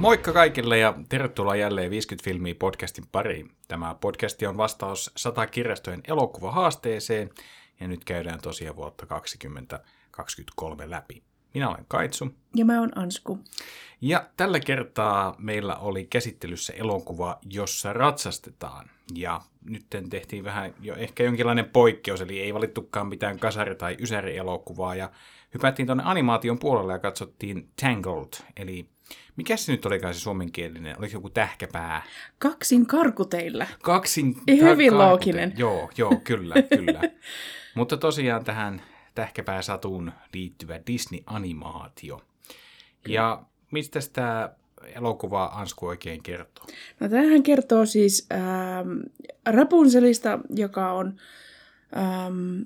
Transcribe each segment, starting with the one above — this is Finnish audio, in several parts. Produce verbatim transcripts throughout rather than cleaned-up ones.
Moikka kaikille ja tervetuloa jälleen viisikymmentä filmiä podcastin pariin. Tämä podcasti on vastaus sata kirjastojen elokuvahaasteeseen ja nyt käydään tosiaan vuotta kaksituhattakaksikymmentäkolme läpi. Minä olen Kaitsu. Ja mä oon Ansku. Ja tällä kertaa meillä oli käsittelyssä elokuva, jossa ratsastetaan. Ja nyt tehtiin vähän jo ehkä jonkinlainen poikkeus, eli ei valittukaan mitään kasari- tai ysäri-elokuvaa. Ja hypättiin tuonne animaation puolelle ja katsottiin Tangled, eli mikä se nyt olikaan se suomenkielinen? Oliko joku tähkäpää? Kaksin karkuteillä. Kaksin Ei ta- hyvin karkute- looginen. Joo, joo, kyllä, kyllä. Mutta tosiaan tähän tähkäpääsatuun liittyvä Disney-animaatio. Ja mistä tämä elokuva Ansku oikein kertoo? No tämähän kertoo siis ähm, Rapunzelista, joka on ähm,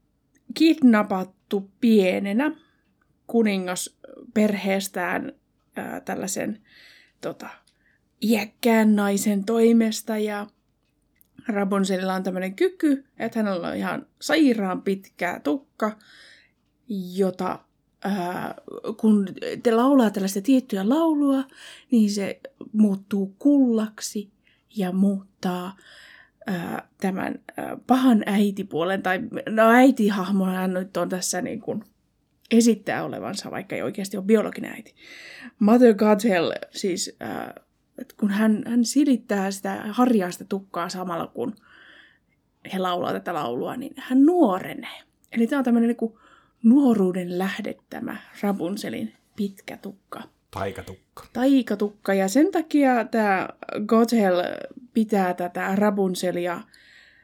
kidnappattu pienenä kuningasperheestään äh, tällaisen tota, iäkkään naisen toimesta. Ja Rapunzelilla on tämmöinen kyky, että hänellä on ihan sairaan pitkä tukka, jota ää, kun te laulaa tällaista tiettyä laulua, niin se muuttuu kullaksi ja muuttaa ää, tämän ää, pahan äitipuolen, tai no äitihahmona hän nyt on tässä niin kuin esittää olevansa, vaikka ei oikeasti ole biologinen äiti. Mother Gothel, siis ää, että kun hän, hän silittää sitä harjaista tukkaa samalla, kun he laulaa tätä laulua, niin hän nuorenee. Eli tämä on tämmöinen niin kuin nuoruuden lähdettämä Rapunzelin pitkä tukka. Taikatukka. Taikatukka. Ja sen takia tämä Gothel pitää tätä Rapunzelia äm,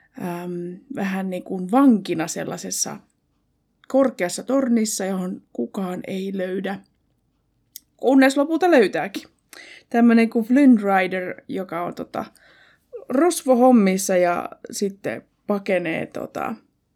vähän niin kuin vankina sellaisessa korkeassa tornissa, johon kukaan ei löydä, kunnes lopulta löytääkin. Tämmöinen kuin Flynn Rider, joka on tota, rosvohommissa ja sitten pakenee tota,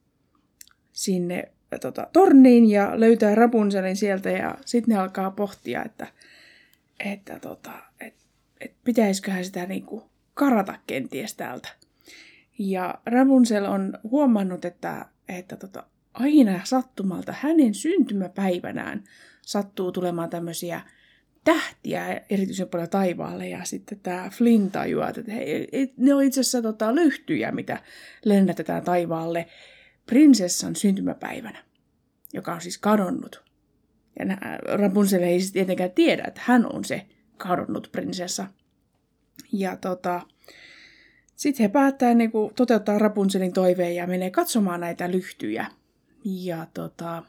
sinne tota, torniin ja löytää Rapunzelin sieltä. Ja sitten ne alkaa pohtia, että, että tota, et, et pitäisiköhän sitä niinku karata kenties täältä. Ja Rapunzel on huomannut, että, että tota, aina sattumalta hänen syntymäpäivänään sattuu tulemaan tämmöisiä tähtiä erityisen paljon taivaalle, ja sitten tämä Flynn tajuaa, että hei, ne on itse asiassa tota, lyhtyjä, mitä lennätetään taivaalle prinsessan syntymäpäivänä, joka on siis kadonnut. Ja Rapunzel ei siis tietenkään tiedä, että hän on se kadonnut prinsessa. Ja tota, sitten he päättää niin kuin, toteuttaa Rapunzelin toiveen ja menee katsomaan näitä lyhtyjä. Ja tota...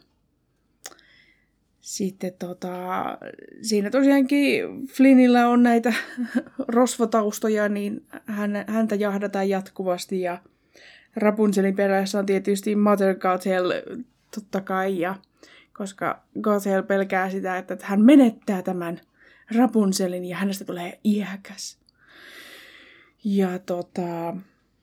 Sitten tota, siinä tosiaankin Flynnillä on näitä rosvotaustoja, niin hän, häntä jahdataan jatkuvasti. Ja Rapunzelin perässä on tietysti Mother Gothel totta kai, ja koska Gothel pelkää sitä, että hän menettää tämän Rapunzelin ja hänestä tulee iäkäs. Ja tota...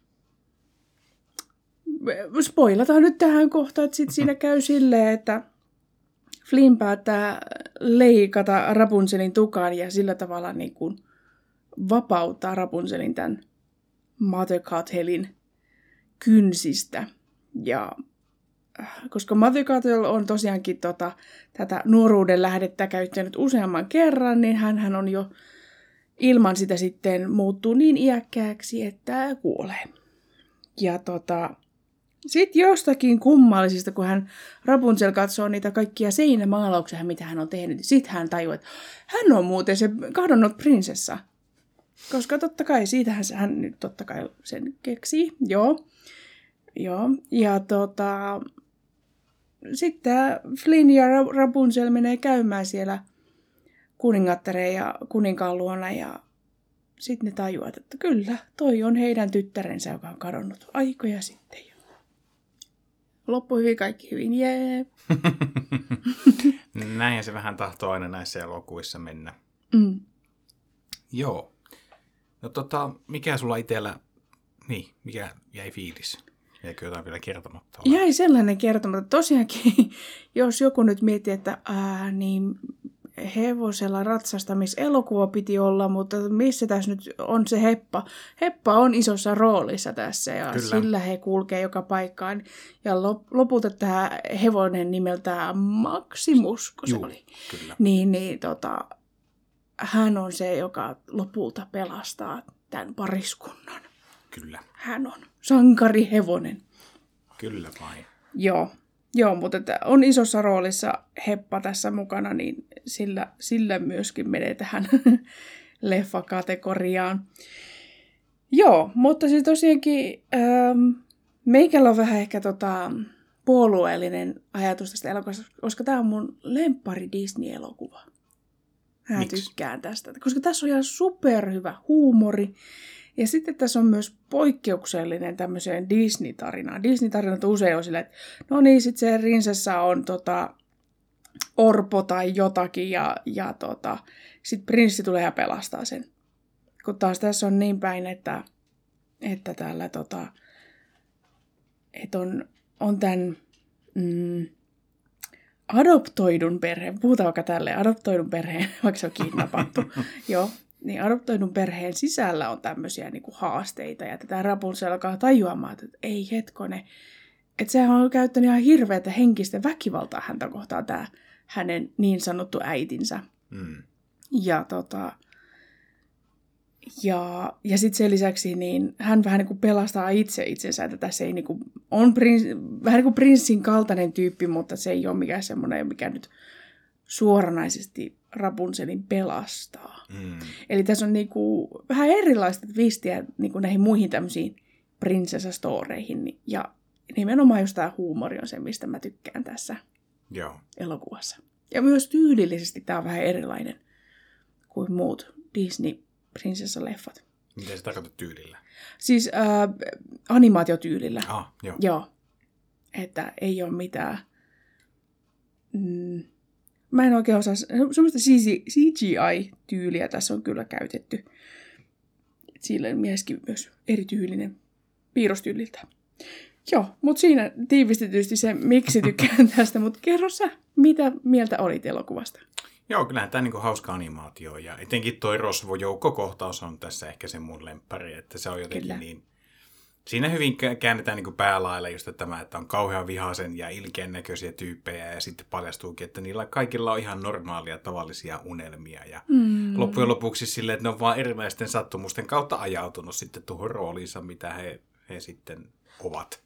spoilataan nyt tähän kohtaan, että sit siinä käy silleen, että Flynn päättää leikata Rapunzelin tukan ja sillä tavalla niin kuin vapauttaa Rapunzelin tämän Mother Gothelin kynsistä. Ja koska Mother Gothel on tosiaankin tota, tätä nuoruuden lähdettä käyttänyt useamman kerran, niin hän on jo ilman sitä sitten muuttuu niin iäkkääksi, että kuolee. Ja tota... Sitten jostakin kummallisista, kun hän Rapunzel katsoo niitä kaikkia seinämaalauksia, mitä hän on tehnyt, sitten hän tajuaa, että hän on muuten se kadonnut prinsessa. Koska totta kai, siitähän hän nyt totta kai sen keksii. Joo. Joo. Ja tota, sitten Flynn ja Rapunzel menee käymään siellä kuningattareen ja kuninkaan luona ja sitten ne tajuavat, että kyllä, toi on heidän tyttärensä, joka on kadonnut aikoja sitten. Loppu hyvin, kaikki hyvin, jee. Näinhän se vähän tahtoo aina näissä elokuvissa mennä. Mm. Joo. No tota, mikä sulla itsellä, niin, mikä jäi fiilis? Jäikö jotain vielä kertomatta? Jäi sellainen kertomatta. Tosiaankin, jos joku nyt miettii, että ää, niin hevosella ratsastamiselokuva piti olla, mutta missä tässä nyt on se Heppa? Heppa on isossa roolissa tässä ja Kyllä. sillä he kulkee joka paikkaan. Ja lopulta tämä hevonen nimeltään Maximus, kun se Juu, oli. Kyllä. Niin, niin tota, hän on se, joka lopulta pelastaa tämän pariskunnan. Kyllä. Hän on sankarihevonen. Kyllä vain. Joo, Joo mutta että on isossa roolissa Heppa tässä mukana, niin sillä, sillä myöskin menee tähän leffakategoriaan. Joo, mutta siis tosiaankin ähm, meikällä on vähän ehkä tota, puolueellinen ajatus tästä elokuvasta, koska tämä on mun lemppari Disney-elokuva. Mä Miks? tykkään tästä, koska tässä on ihan superhyvä huumori. Ja sitten tässä on myös poikkeuksellinen tämmöiseen Disney-tarinaan. Disney-tarinat usein on silleen, että no niin, sitten se prinsessa on tota, orpo tai jotakin, ja, ja tota, sitten prinssi tulee ja pelastaa sen. Kun taas tässä on niin päin, että, että täällä tota, että on, on tämän mm, adoptoidun perheen, puhutaan vaikka tälleen, adoptoidun perheen, vaikka se on kidnappattu, joo, niin adoptoidun perheen sisällä on tämmöisiä niin kuin haasteita, ja tätä Rapunzel alkaa tajuamaan, että ei hetkone, että sehän on käyttänyt ihan hirveätä henkistä väkivaltaa häntä kohtaan, tämä hänen niin sanottu äitinsä. Mm. Ja tota, ja, ja sitten sen lisäksi niin hän vähän niin kuin pelastaa itse itsensä, että tässä ei niin kuin, on prins, vähän niin kuin prinssin kaltainen tyyppi, mutta se ei ole mikään semmoinen, mikä nyt suoranaisesti Rapunzelin pelastaa. Mm. Eli tässä on niin kuin vähän erilaista twistiä niin kuin näihin muihin tämmöisiin prinsessastoreihin. Ja nimenomaan just tämä huumori on se, mistä mä tykkään tässä Joo. elokuvassa. Ja myös tyylillisesti tämä on vähän erilainen kuin muut Disney-prinsessaleffat. Miten se tarkoittaa tyylillä? Siis äh, animaatiotyylillä. Ah, joo. Joo. Että ei ole mitään... Mm, mä en oikein osaa... Semmoista C G I-tyyliä tässä on kyllä käytetty. Sillä mielestäni myös erityylinen piirrostyyliltä. Joo, mutta siinä tiivistetysti se, miksi tykkään tästä. Mutta kerro sä, mitä mieltä olit elokuvasta? Joo, kyllähän tämä on niin hauska animaatio, ja etenkin toi Rosvo-joukkokohtaus on tässä ehkä se mun lemppari, että se on jotenkin Kyllä. niin... Siinä hyvin käännetään niin päälailla just tämä, että on kauhean vihaisen ja ilkeän näköisiä tyyppejä, ja sitten paljastuukin, että niillä kaikilla on ihan normaalia, tavallisia unelmia, ja mm. loppujen lopuksi silleen, että ne on vaan erilaisten sattumusten kautta ajautunut sitten tuohon rooliinsa, mitä he, he sitten ovat.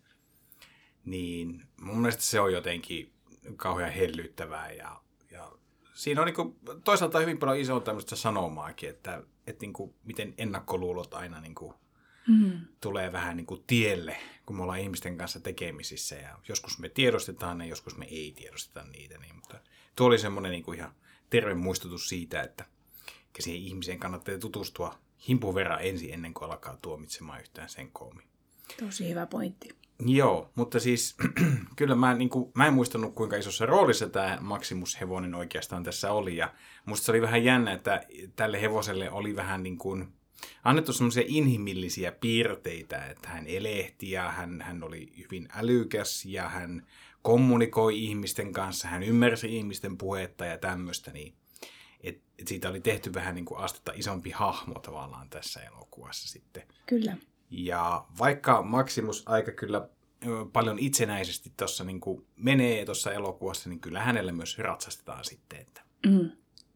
Niin mun mielestä se on jotenkin kauhean hellyttävää, ja siinä on niin kuin, toisaalta hyvin paljon isoa tämmöistä sanomaakin, että, että niin kuin, miten ennakkoluulot aina niin kuin, mm. tulee vähän niin kuin tielle, kun me ollaan ihmisten kanssa tekemisissä. Ja joskus me tiedostetaan ne, joskus me ei tiedosteta niitä. Niin, mutta tuo oli semmoinen niin kuin ihan terve muistutus siitä, että siihen ihmiseen kannattaa tutustua himpun verran ensin ennen kuin alkaa tuomitsemaan yhtään sen koomin. Tosi hyvä pointti. Joo, mutta siis kyllä mä, niin kuin, mä en muistanut, kuinka isossa roolissa tämä Maximus-hevonen oikeastaan tässä oli. Ja musta se oli vähän jännä, että tälle hevoselle oli vähän niin kuin annettu semmoisia inhimillisiä piirteitä, että hän elehti ja hän, hän oli hyvin älykäs ja hän kommunikoi ihmisten kanssa, hän ymmärsi ihmisten puhetta ja tämmöistä. Niin, et, et siitä oli tehty vähän niin kuin astetta isompi hahmo tavallaan tässä elokuvassa sitten. Kyllä. Ja vaikka Maximus aika kyllä paljon itsenäisesti tuossa niin kuin menee tuossa elokuvassa, niin kyllä hänelle myös ratsastetaan sitten. Että... Mm.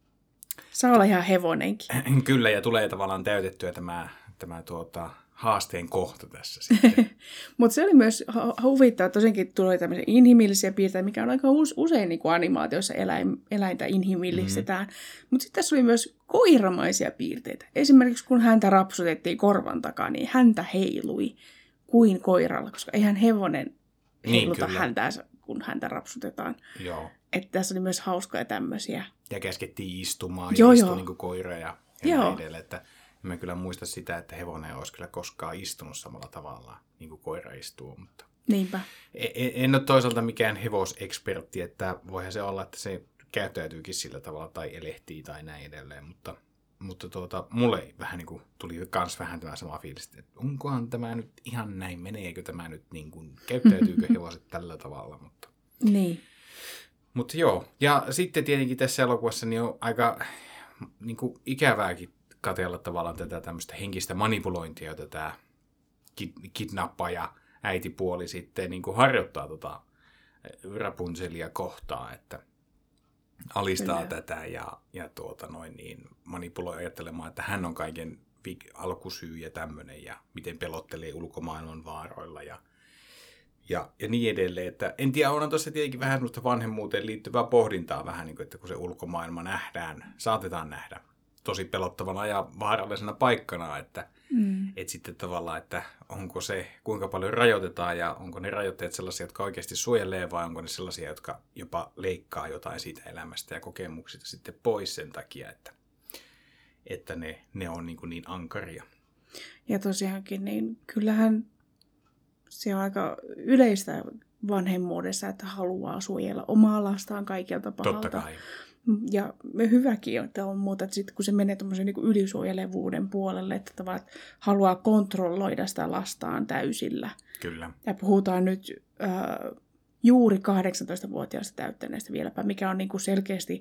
Saa olla ihan hevonenkin. Kyllä, ja tulee tavallaan täytettyä tämä, tämä tuota, haasteen kohta tässä sitten. Mutta se oli myös huvittava, että tosiaankin tulee tämmöisiä inhimillisiä piirteitä, mikä on aika usein niin kuin animaatioissa eläin, eläintä inhimillistetään. Mm-hmm. Mutta sitten tässä oli myös koiramaisia piirteitä. Esimerkiksi kun häntä rapsutettiin korvan takaa, niin häntä heilui kuin koiralla, koska eihän hevonen heiluta niin, häntä, kun häntä rapsutetaan. Joo. Että tässä oli myös hauskoja tämmöisiä. Ja käskettiin istumaan joo, ja istui joo. niin kuin koira ja, ja näin edelleen. Että en mä kyllä muista sitä, että hevonen olisi kyllä koskaan istunut samalla tavalla, niin kuin koira istuu. Mutta Niinpä. En, en ole toisaalta mikään hevosekspertti, että voihan se olla, että se käyttäytyykin sillä tavalla tai elehtii tai näin edelleen. Mutta, mutta tuota, mulle vähän niin kuin tuli myös vähän tämä sama fiilis, että onkohan tämä nyt ihan näin, meneekö tämä nyt niin kuin, käyttäytyykö hevoset tällä tavalla. Mutta... Niin. Mutta joo, ja sitten tietenkin tässä elokuvassa niin on aika niin kuin ikävääkin katsella tavallaan tätä tämmöistä henkistä manipulointia, jota tämä kidnappaaja äitipuoli sitten niin kuin harjoittaa tota Rapunzelia kohtaan, että alistaa Kyllä. tätä ja, ja tuota noin niin manipuloi ajattelemaan, että hän on kaiken alkusyy ja tämmöinen ja miten pelottelee ulkomaailman vaaroilla ja, ja, ja niin edelleen. Että en tiedä, onhan tuossa tietenkin vähän sellaista vanhemmuuteen liittyvää pohdintaa vähän, niin kuin, että kun se ulkomaailma nähdään, saatetaan nähdä tosi pelottavana ja vaarallisena paikkana, että mm. et sitten tavallaan, että onko se, kuinka paljon rajoitetaan ja onko ne rajoitteet sellaisia, jotka oikeasti suojelee vai onko ne sellaisia, jotka jopa leikkaa jotain siitä elämästä ja kokemuksista sitten pois sen takia, että, että ne, ne on niin, kuin niin ankaria. Ja tosiaankin, niin kyllähän se on aika yleistä vanhemmuudessa, että haluaa suojella omaa lastaan kaikelta pahalta. Totta kai. Ja hyväkin että on muuta, että sitten kun se menee tuommoisen niin ylisuojelevuuden puolelle, että tavallaan että haluaa kontrolloida sitä lastaan täysillä. Kyllä. Ja puhutaan nyt äh, juuri kahdeksantoistavuotiaasta täyttäneestä vieläpä, mikä on niin kuin selkeästi,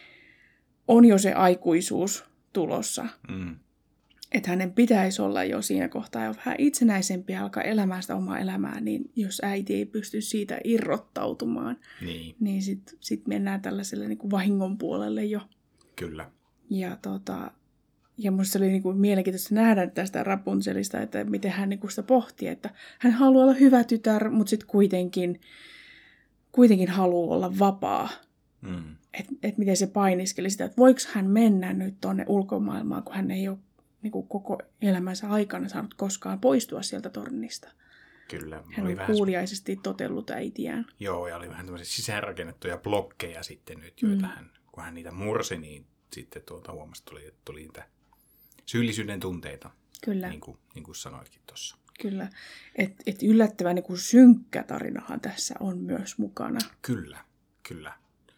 on jo se aikuisuus tulossa. Mm. Että hänen pitäisi olla jo siinä kohtaa jo vähän itsenäisempi ja alkaa elämään sitä omaa elämää, niin jos äiti ei pysty siitä irrottautumaan, niin, niin sitten sit mennään tällaiselle niin kuin vahingon puolelle jo. Kyllä. Ja, tota, ja musta se oli niin kuin mielenkiintoista nähdä tästä Rapunzelista, että miten hän niin kuin sitä pohti, että hän haluaa olla hyvä tytär, mutta sitten kuitenkin, kuitenkin haluaa olla vapaa. Mm. Että et miten se painiskeli sitä, että voiko hän mennä nyt tuonne ulkomaailmaan, kun hän ei ole niin kuin koko elämänsä aikana saanut koskaan poistua sieltä tornista. Kyllä. Hän oli kuuliaisesti vähän totellut äitiään. Joo, ja oli vähän tämmöisiä sisäänrakennettuja blokkeja sitten nyt, joita mm. hän, kun hän niitä mursi, niin sitten tuota huomasi, että tuli, tuli niitä syyllisyyden tunteita. Kyllä. Niin kuin, niin kuin sanoitkin tuossa. Kyllä. Että et yllättävän niin kuin synkkä tarinahan tässä on myös mukana. Kyllä, kyllä.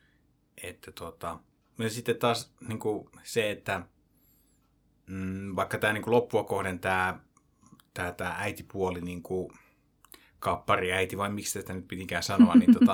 Että tuota, ja sitten taas niin kuin se, että Mm, vaikka tämä niin loppua kohden tämä, tämä, tämä äitipuoli, niin kuin kappari äiti, vai miksi tätä nyt pitikään sanoa, niin tota,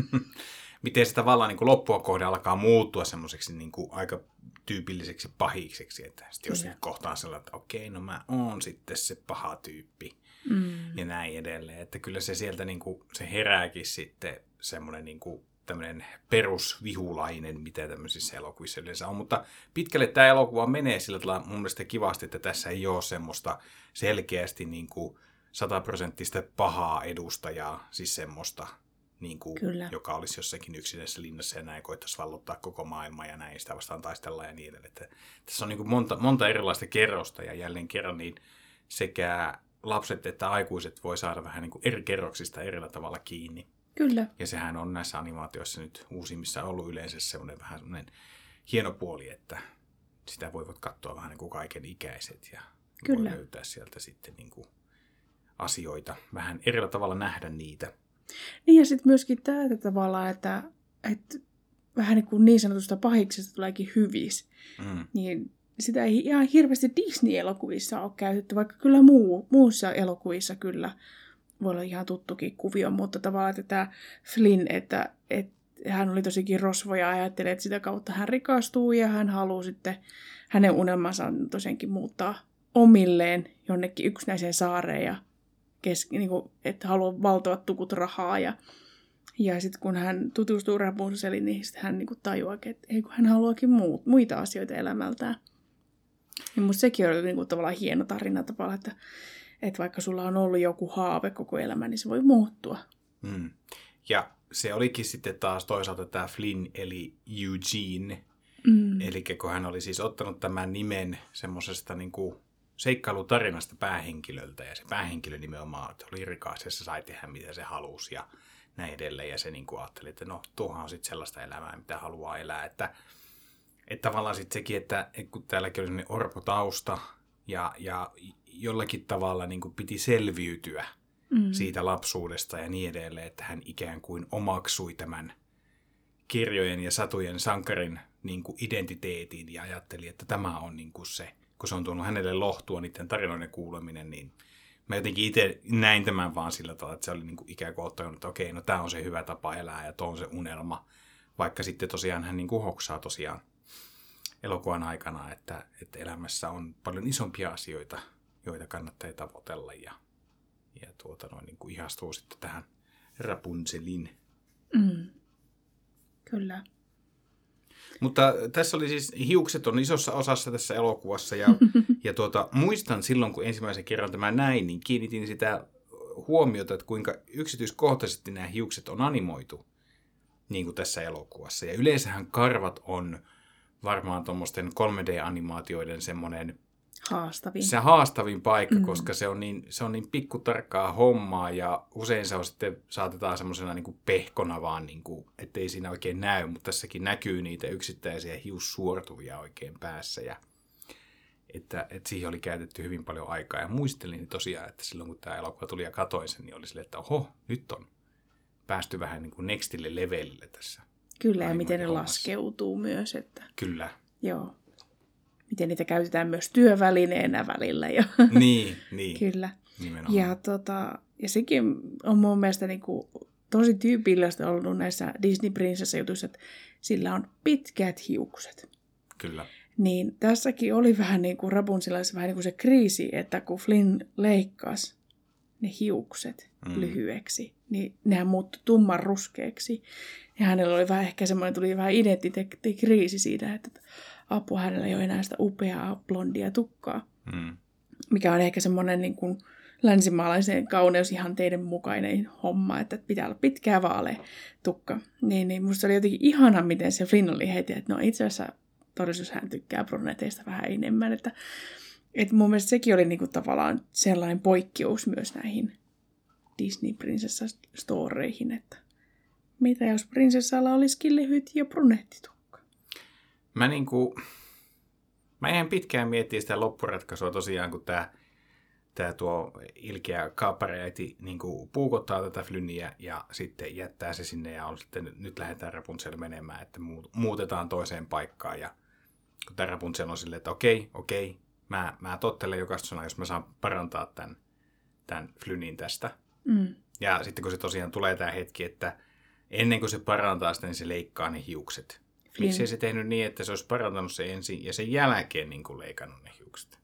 miten se tavallaan niin loppua kohden alkaa muuttua semmoiseksi niin aika tyypilliseksi pahikseksi. Että jos nyt kohtaan sellainen, että okei, no mä oon sitten se paha tyyppi mm. ja näin edelleen. Että kyllä se sieltä niin kuin, se herääkin sitten semmoinen niin kuin tämmöinen perusvihulainen, mitä tämmöisissä elokuvissa yleensä on. Mutta pitkälle tämä elokuva menee sillä tavalla mun mielestä kivasti, että tässä ei ole semmoista selkeästi niin kuin sataprosenttista pahaa edustajaa, siis semmoista, niin kuin, joka olisi jossakin yksinäisessä linnassa ja näin koittaisi vallottaa koko maailmaa ja näin sitä vastaan taistellaan ja niin edelleen. Että tässä on niin kuin monta, monta erilaista kerrosta ja jälleen kerran niin sekä lapset että aikuiset voi saada vähän niin kuin eri kerroksista erillä tavalla kiinni. Kyllä. Ja sehän on näissä animaatioissa nyt uusimmissa ollut yleensä semmoinen vähän semmoinen hieno puoli, että sitä voivat katsoa vähän niin kuin kaiken ikäiset ja Kyllä. voi löytää sieltä sitten niin kuin asioita, vähän erillä tavalla nähdä niitä. Niin ja sitten myöskin tämä tavalla, että, että vähän niin kuin niin sanotusta pahiksesta tuleekin hyvis, mm. niin sitä ei ihan hirveästi Disney-elokuvissa ole käytetty, vaikka kyllä muu, muussa elokuvissa kyllä voi olla ihan tuttukin kuvio, mutta tavallaan että tämä Flynn, että, että hän oli tosikin rosvo ja ajattelee, että sitä kautta hän rikastuu ja hän haluaa sitten, hänen unelmansa on tosiaankin muuttaa omilleen jonnekin yksinäiseen saareen ja kes, niin kuin, että haluaa valtavat tukut rahaa ja, ja sitten kun hän tutustuu Rapunzeliin, niin sitten hän niin kuin tajuaa, että ei kun hän haluakin muut, muita asioita elämältään. Ja musta sekin oli niin kuin tavallaan hieno tarina tavallaan, että Että vaikka sulla on ollut joku haave koko elämä, niin se voi muuttua. Mm. Ja se olikin sitten taas toisaalta tämä Flynn, eli Eugene. Mm. Eli kun hän oli siis ottanut tämän nimen semmoisesta niin kuin seikkailutarinasta päähenkilöltä. Ja se päähenkilö nimenomaan että oli rikas ja se sai tehdä mitä se halusi ja näin edelleen. Ja se niin kuin ajatteli, että no tuohan on sitten sellaista elämää, mitä haluaa elää. Että, että tavallaan sitten sekin, että kun täälläkin oli sellainen orpotausta ja... ja jollakin tavalla niin kuin piti selviytyä mm. siitä lapsuudesta ja niin edelleen, että hän ikään kuin omaksui tämän kirjojen ja satujen sankarin niin kuin identiteetin ja ajatteli, että tämä on niin kuin se, kun se on tuonut hänelle lohtua niiden tarinoiden kuuleminen, niin mä jotenkin itse näin tämän vaan sillä tavalla, että se oli niin kuin ikään kuin ottanut, että okei, no tämä on se hyvä tapa elää ja tuo on se unelma, vaikka sitten tosiaan hän niin kuin hoksaa tosiaan elokuvan aikana, että, että elämässä on paljon isompia asioita, joita kannattaa tavoitella ja, ja tuota noin, niin kuin ihastuu sitten tähän Rapunzelin. Mm. Kyllä. Mutta tässä oli siis, hiukset on isossa osassa tässä elokuvassa, ja, ja tuota, muistan silloin, kun ensimmäisen kerran tämä näin, niin kiinnitin sitä huomiota, että kuinka yksityiskohtaisesti nämä hiukset on animoitu, niin kuin tässä elokuvassa. Ja yleensähän karvat on varmaan tuommoisten kolme D-animaatioiden semmoinen haastavin. Se haastavin paikka, mm. koska se on niin, se on niin pikkutarkkaa hommaa, ja usein se on sitten, saatetaan semmoisena niin kuin pehkona vaan, niin kuin, ettei siinä oikein näy, mutta tässäkin näkyy niitä yksittäisiä hiussuortuvia oikein päässä, ja että, että siihen oli käytetty hyvin paljon aikaa, ja muistelin tosiaan, että silloin kun tämä elokuva tuli ja katoin sen, niin oli silleen, että oho, nyt on päästy vähän niin kuin nextille levelille tässä. Kyllä, ja miten ne hommassa laskeutuu myös. Että... Kyllä. Joo. Miten niitä käytetään myös työvälineenä välillä. Ja... Niin, niin. Kyllä. Nimenomaan. Ja, tota, ja sekin on mun mielestä niin kuin tosi tyypillistä ollut näissä Disney-prinsessa-jutuissa, että sillä on pitkät hiukset. Kyllä. Niin tässäkin oli vähän niin kuin Rapunzelissa vähän niin kuin se kriisi, että kun Flynn leikkasi ne hiukset mm. lyhyeksi, niin nehän muuttui tumman ruskeaksi. Ja hänellä oli vähän ehkä semmoinen, tuli vähän identiteettikriisi siitä, että apua, hänellä ei ole enää sitä upeaa blondia tukkaa. Mm. Mikä on ehkä semmoinen niin kuin länsimaalaisen kauneusihanteiden mukainen homma, että pitää olla pitkää vaalea tukka. Niin, niin musta oli jotenkin ihana, miten se Flynn oli heti, että no itse asiassa todellisuus hän tykkää bruneteista vähän enemmän. Että, että mun mielestä sekin oli niinku tavallaan sellainen poikkeus myös näihin Disney-prinsessa-storeihin, että mitä jos prinsessalla olisikin lyhyt ja brunettitukka? Mä niinku, mä jäin pitkään miettiä sitä loppuratkaisua tosiaan, kun tää, tää tuo ilkeä kaappareäiti niinku puukottaa tätä Flynniä ja sitten jättää se sinne ja on sitten, nyt lähdetään Rapunzel menemään, että muutetaan toiseen paikkaan ja kun tämä Rapunzel on silleen, että okei, okei, mä, mä tottelen jokaista sanaa, jos mä saan parantaa tämän, tämän Flynnin tästä. Mm. Ja sitten kun se tosiaan tulee tämä hetki, että ennen kuin se parantaa sitä, niin se leikkaa ne hiukset. Flynn. Miksi ei se tehnyt niin, että se olisi parantanut se ensin ja sen jälkeen niin kuin leikannut ne hiukset?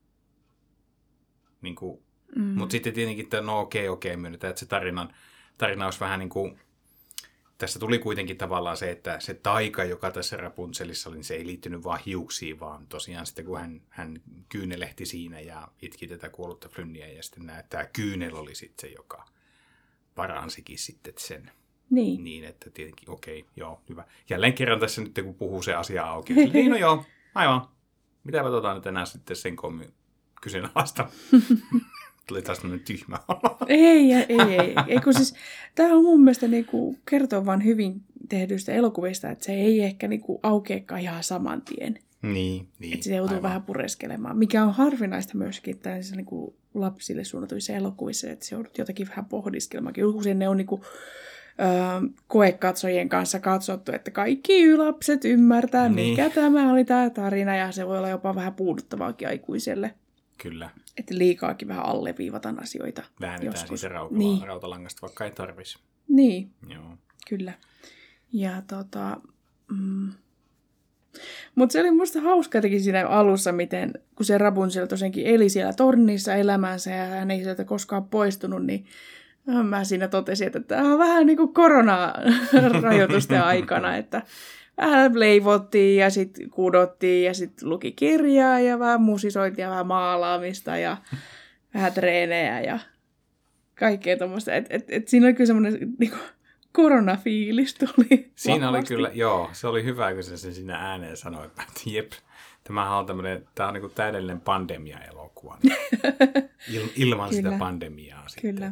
Niin kuin, mm. Mutta sitten tietenkin, että no okei, okei, myönnetään, että se tarinan, tarina olisi vähän niin kuin, tässä tuli kuitenkin tavallaan se, että se taika, joka tässä Rapunzelissa oli, niin se ei liittynyt vaan hiuksiin, vaan tosiaan sitten kun hän, hän kyynelehti siinä ja itki tätä kuollutta Flynniä ja sitten nämä, tämä kyynel oli sitten se, joka paransikin sitten sen. Niin. Niin, että tietenkin, okei, joo, hyvä. Jälleen kerran tässä nyt, kun puhuu se asia auki, niin no joo, aivan. Mitäpä tota nyt enää sitten sen kommin kyseenalaista. Tuli taas tämmöinen tyhmä olo. Ei, ei, ei. ei kun siis, tämä on mun mielestä niinku, kertoo vaan hyvin tehdyistä elokuvista, että se ei ehkä niinku, aukeakaan ihan saman tien. Niin, niin. Että se joutuu aivan vähän pureskelemaan, mikä on harvinaista myöskin tällaisissa niinku, lapsille suunnatuissa elokuvissa, että se joudut jotakin vähän pohdiskelemaan. Usein ne on niinku, ö, koekatsojien kanssa katsottu, että kaikki lapset ymmärtää, niin mikä tämä oli tämä tarina, ja se voi olla jopa vähän puuduttavaakin aikuiselle. Kyllä. Että liikaakin vähän alleviivataan asioita. Väännetään joskus. siitä rautala- niin. rautalangasta, vaikka ei tarvitsisi. Niin, joo. Kyllä. Ja tota... Mm. Mutta se oli musta hauska jotenkin siinä alussa, miten kun se Rapunzel tosiaankin eli siellä tornissa elämänsä ja hän ei sieltä koskaan poistunut, niin mä siinä totesin, että tämä on vähän niin kuin koronarajoitusten aikana, että vähän leivottiin ja sitten kudottiin ja sitten luki kirjaa ja vähän musisointia ja vähän maalaamista ja vähän treenejä ja kaikkea tuommoista. Et, et, et siinä oli kyllä semmoinen niinku koronafiilis tuli. Siinä vahvasti. oli kyllä, joo, se oli hyvä, kun se sen siinä ääneen sanoi, että jep, tämähän on tämmöinen, tämä on niinku täydellinen pandemia-elokuva. Il, ilman sitä pandemiaa sitten. Kyllä.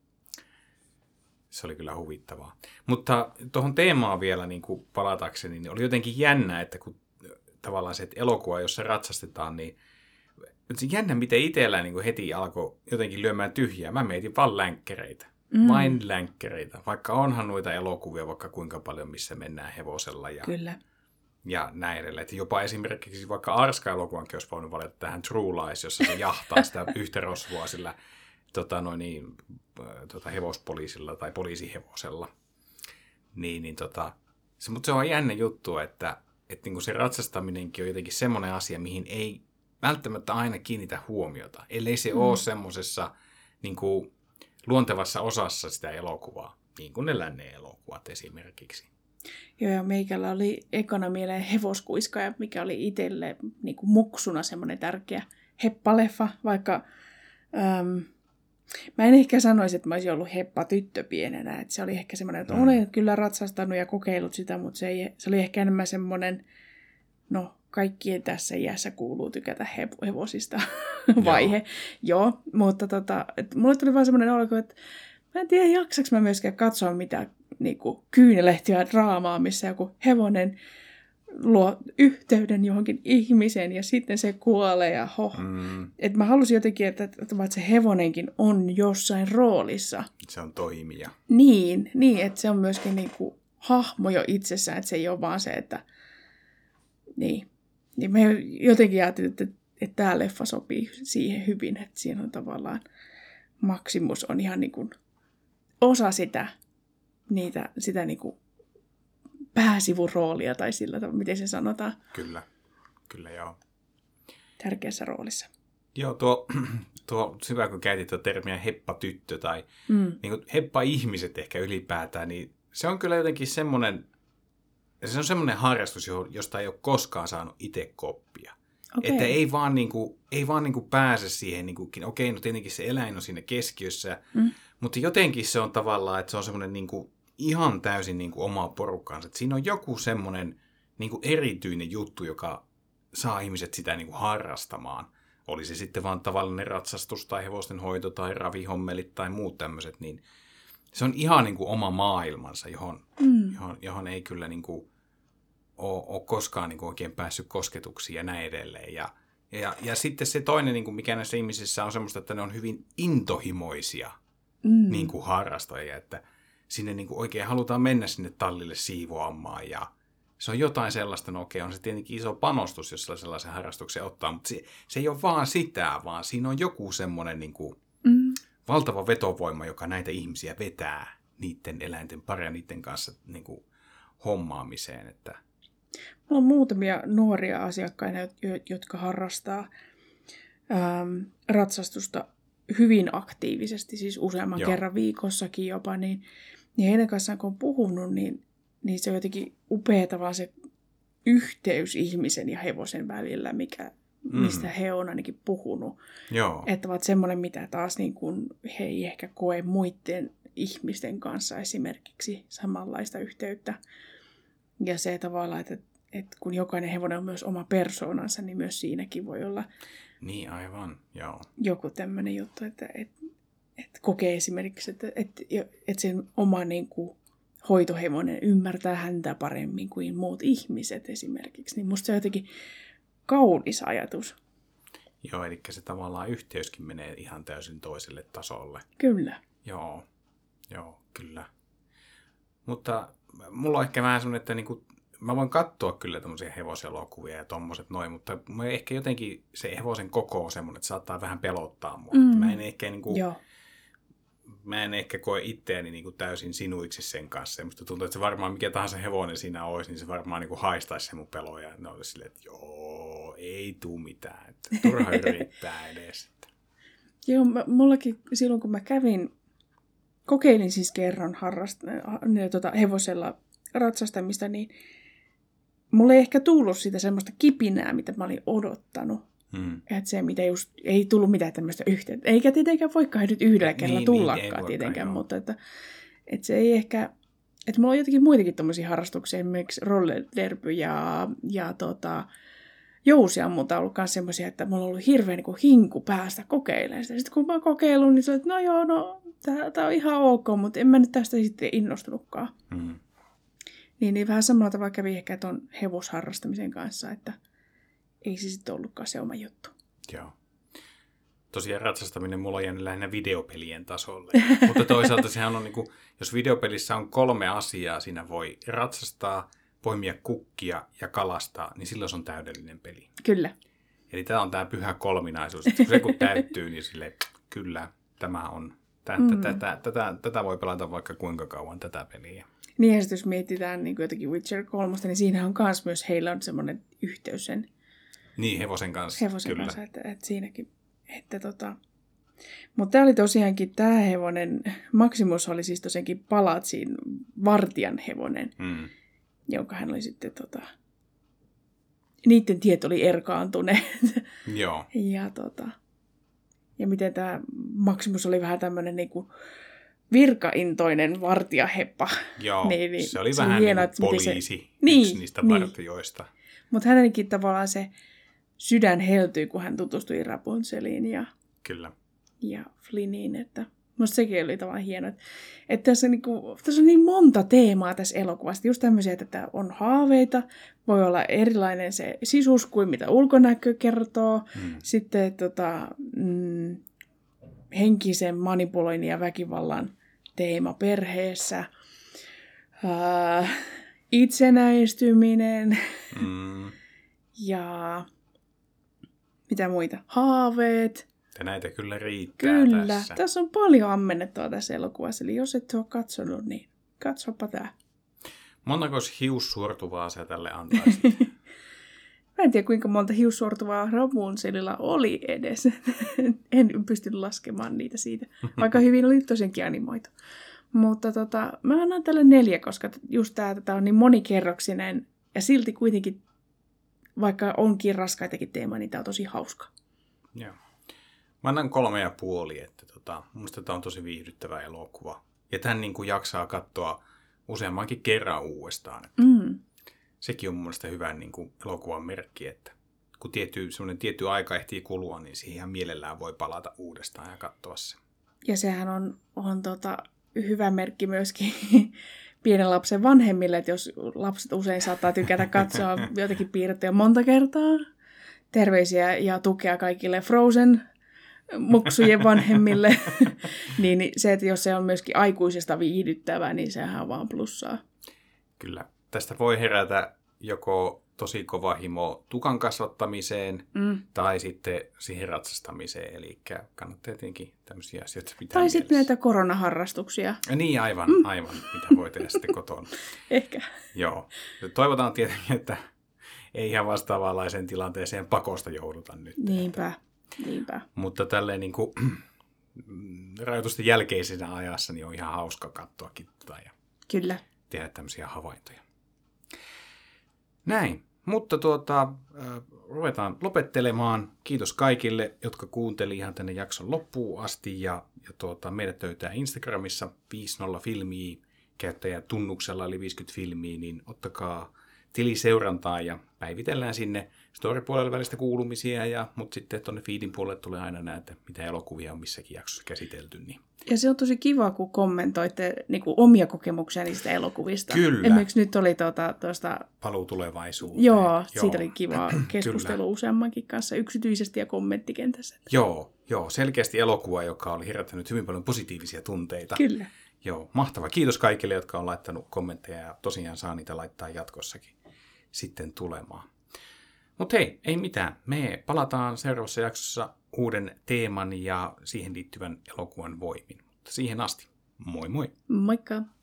Se oli kyllä huvittavaa. Mutta tuohon teemaan vielä niin kuin palatakseni, niin oli jotenkin jännä, että kun tavallaan se että elokuva, jossa ratsastetaan, niin se jännä, miten itsellä niin kuin heti alkoi jotenkin lyömään tyhjää. Mä mietin vaan länkkäreitä. Mm. Vain länkkäreitä. Vaikka onhan noita elokuvia vaikka kuinka paljon, missä mennään hevosella ja, kyllä. ja näin edelleen. Että jopa esimerkiksi vaikka Arska-elokuvankin olisi voinut valita tähän True Lies, jossa se jahtaa sitä yhtä rosvoa sillä Tota, noin niin, tota, hevospoliisilla tai poliisihevosella. Niin, niin, tota, se, mutta se on jännä juttu, että, että niin kuin se ratsastaminenkin on jotenkin semmoinen asia, mihin ei välttämättä aina kiinnitä huomiota, ellei se mm. ole semmoisessa niin kuin luontevassa osassa sitä elokuvaa, niin kuin ne lännen elokuvat esimerkiksi. Joo, ja meikällä oli ekana mieleen Hevoskuiskaaja, mikä oli itselle niin kuin muksuna semmoinen tärkeä heppaleffa, vaikka äm, mä en ehkä sanoisi, että mä olisin ollut heppa-tyttö pienenä. Että se oli ehkä semmoinen, että olen kyllä ratsastanut ja kokeillut sitä, mutta se, ei, se oli ehkä enemmän semmoinen, no kaikkien tässä iässä kuuluu tykätä hev- hevosista vaihe. Joo, Joo mutta tota, et mulle tuli vaan semmoinen alku, että mä en tiedä, jaksaks mä myöskään katsoa mitään niinku kyynelehtiä draamaa, missä joku hevonen luo yhteyden johonkin ihmiseen ja sitten se kuolee ja hoh. Mm. Että mä halusin jotenkin, että, että se hevonenkin on jossain roolissa. Se on toimija. Niin, niin että se on myöskin niinku hahmo jo itsessään, että se ei ole vaan se, että niin. Niin mä jotenkin ajattelin, että, että tämä leffa sopii siihen hyvin, että siinä on tavallaan Maximus on ihan niin kuin osa sitä, niitä, sitä niin kuin pääsivuroolia tai sillä tavalla, miten se sanotaan. Kyllä, kyllä joo. Tärkeässä roolissa. Joo, tuo, tuo hyvä, kun käytit tuo termiä heppatyttö tai Mm. niin kuin heppa-ihmiset ehkä ylipäätään, niin se on kyllä jotenkin semmoinen, se on semmoinen harrastus, josta ei ole koskaan saanut itse koppia. Okay. Että ei vaan, niin kuin, ei vaan niin kuin pääse siihen, niin kuin, okei, no tietenkin se eläin on siinä keskiössä, mm. mutta jotenkin se on tavallaan, että se on semmoinen niin kuin ihan täysin niin kuin omaa porukkaansa. Että siinä on joku semmoinen niin kuin erityinen juttu, joka saa ihmiset sitä niin kuin harrastamaan. Oli se sitten vaan tavallinen ratsastus tai hevosten hoito tai ravihommelit tai muut tämmöiset, niin se on ihan niin kuin oma maailmansa, johon, mm. johon, johon ei kyllä niin kuin ole, ole koskaan niin kuin oikein päässyt kosketuksiin ja näin edelleen. Ja, ja, ja sitten se toinen, niin kuin mikä näissä ihmisissä on semmoista, että ne on hyvin intohimoisia mm. niin kuin harrastajia, että sinne niin kuin oikein halutaan mennä sinne tallille siivoamaan ja se on jotain sellaista, no okei, on se tietenkin iso panostus, jos sellaisen harrastuksen ottaa, mutta se, se ei ole vaan sitä, vaan siinä on joku semmoinen niin kuin mm. valtava vetovoima, joka näitä ihmisiä vetää niiden eläinten pari ja niiden kanssa niin kuin hommaamiseen. Että mulla on muutamia nuoria asiakkaita, jotka harrastaa ähm, ratsastusta hyvin aktiivisesti, siis useamman Joo. kerran viikossakin jopa, niin, niin heidän kanssaan kun on puhunut, niin, niin se on jotenkin upeata vaan se yhteys ihmisen ja hevosen välillä, mikä, mm. mistä he on ainakin puhunut. Joo. Että ovat semmoinen, mitä taas niin kuin he ei ehkä koe muiden ihmisten kanssa esimerkiksi samanlaista yhteyttä. Ja se tavallaan, että, että kun jokainen hevonen on myös oma persoonansa, niin myös siinäkin voi olla niin, aivan, joo. joku tämmöinen juttu, että, että, että kokee esimerkiksi, että, että, että sen oma niin kuin hoitohevonen ymmärtää häntä paremmin kuin muut ihmiset esimerkiksi. Niin musta se on jotenkin kaunis ajatus. Joo, eli se tavallaan yhteyskin menee ihan täysin toiselle tasolle. Kyllä. Joo, joo, kyllä. Mutta mulla on ehkä vähän semmoinen, että niinku, mä voin katsoa kyllä tämmöisiä hevoselokuvia ja tommoset noin, mutta ehkä jotenkin se hevosen koko on semmoinen, että saattaa vähän pelottaa mua. Mm. Mä en ehkä niinku, mä en ehkä koe itteeni niinku täysin sinuiksi sen kanssa. Musta tuntuu, että se varmaan mikä tahansa hevonen siinä olisi, niin se varmaan niinku haistaisi se mun peloja. Ja ne olisi silleen, että joo, ei tuu mitään. Että turha yrittää edes. Joo, mä, mullakin silloin kun mä kävin, kokeilin siis kerran harrast- tuota, hevosella ratsastamista, niin mulla ei ehkä tullut sitä semmoista kipinää, mitä mä olin odottanut. Hmm. Että se, mitä just, ei tullut mitään tämmöistä yhteyttä. Eikä tietenkään voikaan nyt yhdellä kerralla niin, tullakaan niin, tietenkään, joo. mutta että, että se ei ehkä, että mulla on jotenkin muitakin tommosia harrastuksia, esimerkiksi rollerderby ja, ja tota, jousiammunta on ollut myös semmoisia, että mulla on ollut hirveä niin kuin hinku päästä kokeilemaan sitä. Sitten kun mä oon kokeillut, niin se on, että no joo, no tää on ihan ok, mutta en mä nyt tästä sitten innostunutkaan. Hmm. Niin, niin vähän samalla tavalla kävi ehkä tuon hevosharrastamisen kanssa, että ei se sitten ollutkaan se oma juttu. Joo. Tosiaan ratsastaminen mulla on jäänyt lähinnä videopelien tasolle. Mutta toisaalta sehän on, niin kuin, jos videopelissä on kolme asiaa, siinä voi ratsastaa, poimia kukkia ja kalastaa, niin silloin se on täydellinen peli. Kyllä. Eli tämä on tämä pyhä kolminaisuus. Että se kun täyttyy, niin silleen, kyllä, tämä on, tätä, mm. tätä, tätä, tätä voi pelata vaikka kuinka kauan tätä peliä. Niin, ja jos mietitään niin jotenkin Witcher kolme, niin siinä on myös, myös heillä on semmoinen yhteys sen niin, hevosen kanssa. Hevosen kyllä. kanssa, että, että siinäkin. Että tota. Mutta tämä oli tosiaankin, tämä hevonen, Maximus oli siis tosiaankin Palatsin vartijan hevonen. Mm. jonka hän oli sitten, tota, niiden tiet oli erkaantuneet. Joo. ja, tota, ja miten tämä Maximus oli vähän tämmöinen niinku virkaintoinen vartijaheppa. Joo, niin, niin, se oli se vähän hieno, niin kuin poliisi, se... yksi niin, niistä niin. vartijoista. Mutta hänenkin tavallaan se sydän heltyi, kun hän tutustui Rapunzeliin ja, Kyllä. ja Flynniin. Että musta sekin oli tavallaan hieno. Että, että tässä, on niinku, tässä on niin monta teemaa tässä elokuvassa. Just tämmöisiä, että on haaveita, voi olla erilainen se sisus kuin mitä ulkonäkö kertoo. Hmm. Sitten tota, mm, henkisen manipuloinnin ja väkivallan teema perheessä. Uh, itsenäistyminen. Mm. ja mitä muita? Haaveet. Ja näitä kyllä riittää Kyllä. tässä. Tässä on paljon ammennettua tässä elokuvassa. Eli jos et ole katsonut, niin katsopa tää. Montakos hiussuortuvaa sä tälle antaisit? Mä en tiedä, kuinka monta hiussuortuvaa Rapunzelilla oli edes. En pysty laskemaan niitä siitä. Vaikka hyvin oli tosiaankin animoitu. Mutta tota, mä annan tälle neljä, koska just tää, tää on niin monikerroksinen. Ja silti kuitenkin, vaikka onkin raskaitakin teemaa, niin tää on tosi hauska. Joo. Mä annan kolme ja puoli, että tota, mun mielestä tää on tosi viihdyttävä elokuva. Ja tän niin kuin jaksaa katsoa useammankin kerran uudestaan. Mm. Sekin on mun mielestä hyvä niin kuin elokuvan merkki, että kun tietty, semmoinen tietty aika ehtii kulua, niin siihen ihan mielellään voi palata uudestaan ja katsoa se. Ja sehän on, on tota, hyvä merkki myöskin pienen lapsen vanhemmille, että jos lapset usein saattaa tykätä katsoa jotakin piirrettyjä monta kertaa. Terveisiä ja tukea kaikille Frozen muksujen vanhemmille. niin, niin se, että jos se on myöskin aikuisesta viihdyttävää, niin sehän on vaan plussaa. Kyllä. Tästä voi herätä joko tosi kova himo tukan kasvattamiseen mm. tai sitten siihen ratsastamiseen. Eli kannattaa tietenkin tämmöisiä asioita pitää Tai mielessä. sitten näitä koronaharrastuksia. Ja niin, aivan, mm. aivan, mitä voi tehdä sitten kotona. Ehkä. Joo. Toivotaan tietenkin, että ei ihan vastaavanlaiseen tilanteeseen pakosta jouduta nyt. Niinpä, niinpä. Mutta tälleen niin kuin rajoitusten jälkeisenä ajassa niin on ihan hauska katsoakin tätä ja Kyllä. tehdä tämmöisiä havaintoja. Näin, mutta tuota, äh, ruvetaan lopettelemaan. Kiitos kaikille, jotka kuunteli ihan tänne jakson loppuun asti. Ja, ja tuota, meidät löytää Instagramissa viisikymmentä filmiä käyttäjätunnuksella, eli viisikymmentä filmiä, niin ottakaa tiliseurantaa ja päivitellään sinne story-puolelle välistä kuulumisia, ja, mutta sitten tuonne feedin puolelle tulee aina näitä, mitä elokuvia on missäkin jaksossa käsitelty. Niin. Ja se on tosi kiva, kun kommentoitte niin kuin omia kokemuksia niistä elokuvista. Kyllä. Esimerkiksi nyt oli tuota, tuosta... Paluu tulevaisuuteen. Joo, joo, siitä oli kiva keskustelu useammankin kanssa yksityisesti ja kommenttikentässä. Joo, joo, selkeästi elokuva, joka oli herättänyt hyvin paljon positiivisia tunteita. Kyllä. Joo, mahtava. Kiitos kaikille, jotka on laittanut kommentteja ja tosiaan saa niitä laittaa jatkossakin sitten tulemaan. Mutta hei, ei mitään. Me palataan seuraavassa jaksossa uuden teeman ja siihen liittyvän elokuvan voimin. Mutta siihen asti, moi moi! Moikka!